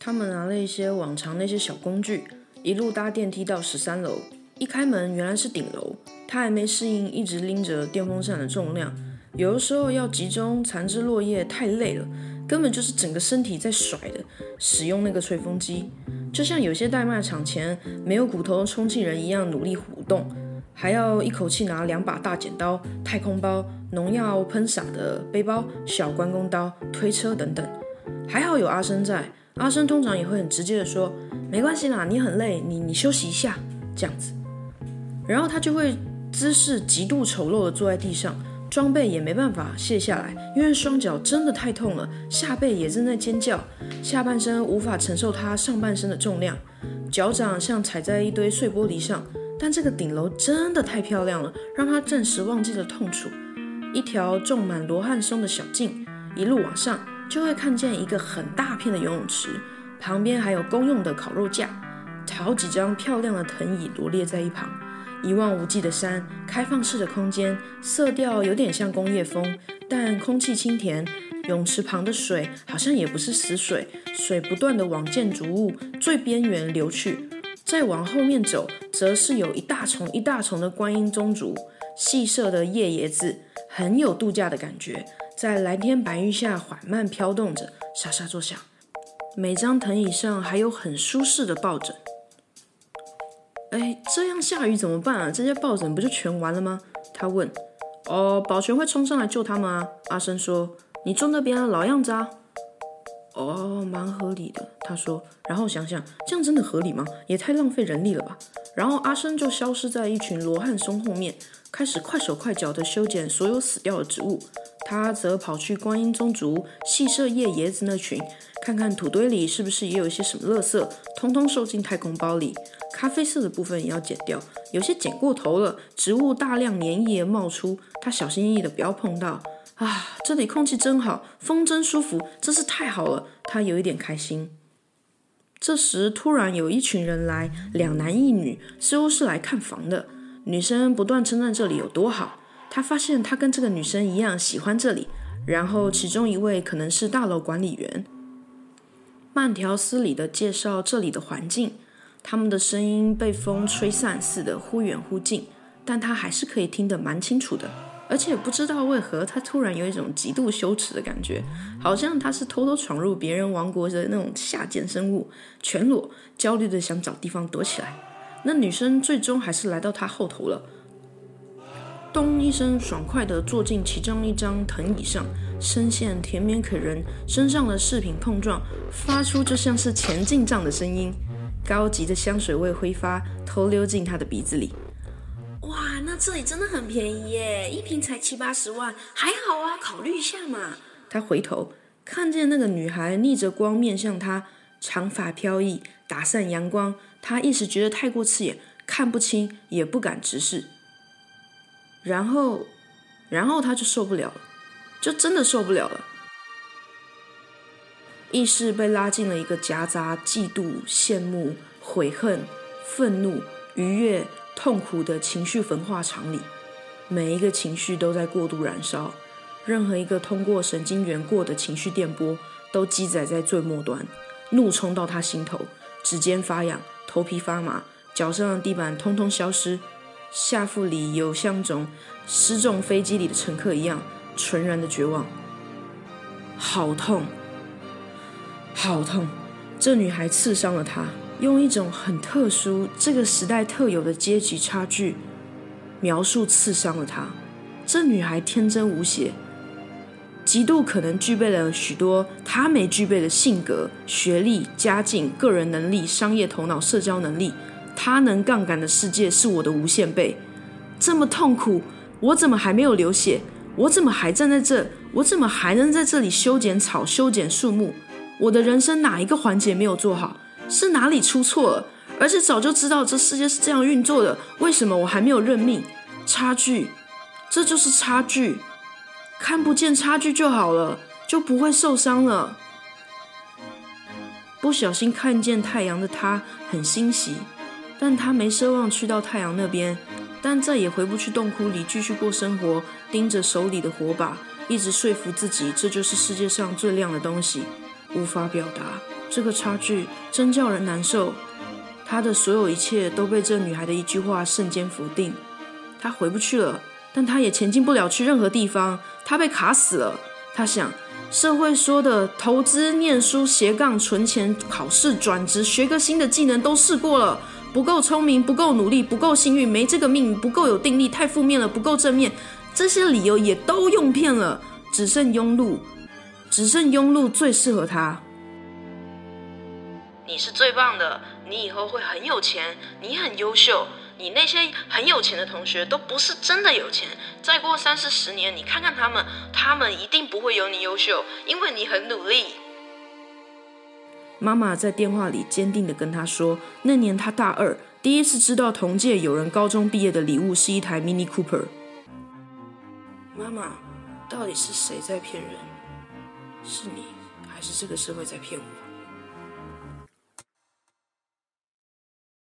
他们拿了一些往常那些小工具，一路搭电梯到13楼。一开门原来是顶楼，他还没适应一直拎着电风扇的重量，有的时候要集中残枝落叶太累了，根本就是整个身体在甩的，使用那个吹风机，就像有些代卖场前没有骨头的充气人一样努力舞动，还要一口气拿2把大剪刀、太空包、农药喷洒的背包、小关公刀、推车等等。还好有阿生在，阿生通常也会很直接的说，没关系啦，你很累，你休息一下，这样子。然后他就会姿势极度丑陋的坐在地上，装备也没办法卸下来，因为双脚真的太痛了，下背也正在尖叫，下半身无法承受他上半身的重量，脚掌像踩在一堆碎玻璃上。但这个顶楼真的太漂亮了，让他暂时忘记了痛楚。一条种满罗汉松的小径，一路往上就会看见一个很大片的游泳池，旁边还有公用的烤肉架，好几张漂亮的藤椅罗列在一旁。一望无际的山，开放式的空间，色调有点像工业风，但空气清甜。泳池旁的水好像也不是死水，水不断的往建筑物最边缘流去。再往后面走，则是有一大丛一大丛的观音棕竹，细色的叶椰子，很有度假的感觉，在蓝天白云下缓慢飘动着，沙沙作响。每张藤椅上还有很舒适的抱枕。这样下雨怎么办啊？这些抱枕不就全完了吗？他问。保全会冲上来救他们啊。阿生说。你坐那边啊，老样子啊。蛮合理的，他说。然后想想，这样真的合理吗？也太浪费人力了吧。然后阿生就消失在一群罗汉松后面，开始快手快脚的修剪所有死掉的植物。他则跑去观音棕竹、细色叶椰子那群，看看土堆里是不是也有一些什么垃圾，通通收进太空包里。咖啡色的部分也要剪掉，有些剪过头了，植物大量粘液冒出，他小心翼翼的不要碰到。这里空气真好，风真舒服，真是太好了，他有一点开心。这时突然有一群人来，2男1女，似乎是来看房的。女生不断称赞这里有多好，他发现他跟这个女生一样喜欢这里，然后其中一位可能是大楼管理员，慢条斯理地介绍这里的环境。他们的声音被风吹散似的忽远忽近，但他还是可以听得蛮清楚的。而且不知道为何他突然有一种极度羞耻的感觉，好像他是偷偷闯入别人王国的那种下贱生物，全裸焦虑的想找地方躲起来。那女生最终还是来到他后头了，咚一声爽快地坐进其中一张藤椅上，声线甜绵可人，身上的饰品碰撞发出就像是前进账的声音，高级的香水味挥发，偷溜进他的鼻子里。哇，那这里真的很便宜耶，一瓶才70-80万，还好啊，考虑一下嘛。他回头看见那个女孩逆着光面向他，长发飘逸，打散阳光，他一时觉得太过刺眼，看不清，也不敢直视。然后他就受不了了，就真的受不了了。意识被拉进了一个夹杂嫉妒、羡慕、悔恨、愤怒、愉悦、痛苦的情绪焚化场里，每一个情绪都在过度燃烧，任何一个通过神经元过的情绪电波都积载在最末端，怒冲到他心头，指尖发痒，头皮发麻，脚上的地板通通消失，下腹里有像种失重飞机里的乘客一样纯然的绝望。好痛，好痛！这女孩刺伤了他，用一种很特殊、这个时代特有的阶级差距描述刺伤了他。这女孩天真无邪，极度可能具备了许多她没具备的性格、学历、家境、个人能力、商业头脑、社交能力。她能杠杆的世界是我的无限倍。这么痛苦，我怎么还没有流血？我怎么还站在这？我怎么还能在这里修剪草、修剪树木？我的人生哪一个环节没有做好？是哪里出错了？而且早就知道这世界是这样运作的，为什么我还没有认命？差距，这就是差距。看不见差距就好了，就不会受伤了。不小心看见太阳的他很欣喜，但他没奢望去到太阳那边，但再也回不去洞窟里继续过生活，盯着手里的火把，一直说服自己这就是世界上最亮的东西，无法表达。 这个差距真叫人难受。他的所有一切都被这女孩的一句话瞬间否定。他回不去了，但他也前进不了去任何地方，他被卡死了。他想，社会说的投资、念书、斜杠、存钱、考试、转职、学个新的技能都试过了，不够聪明，不够努力，不够幸运，没这个命，不够有定力，太负面了，不够正面，这些理由也都用遍了，只剩庸碌最适合他。你是最棒的，你以后会很有钱，你很优秀，你那些很有钱的同学都不是真的有钱，再过30-40年你看看他们一定不会有你优秀，因为你很努力。妈妈在电话里坚定地跟他说，那年他大2，第一次知道同届有人高中毕业的礼物是一台 Mini Cooper。妈妈，到底是谁在骗人？是你，还是这个社会在骗我？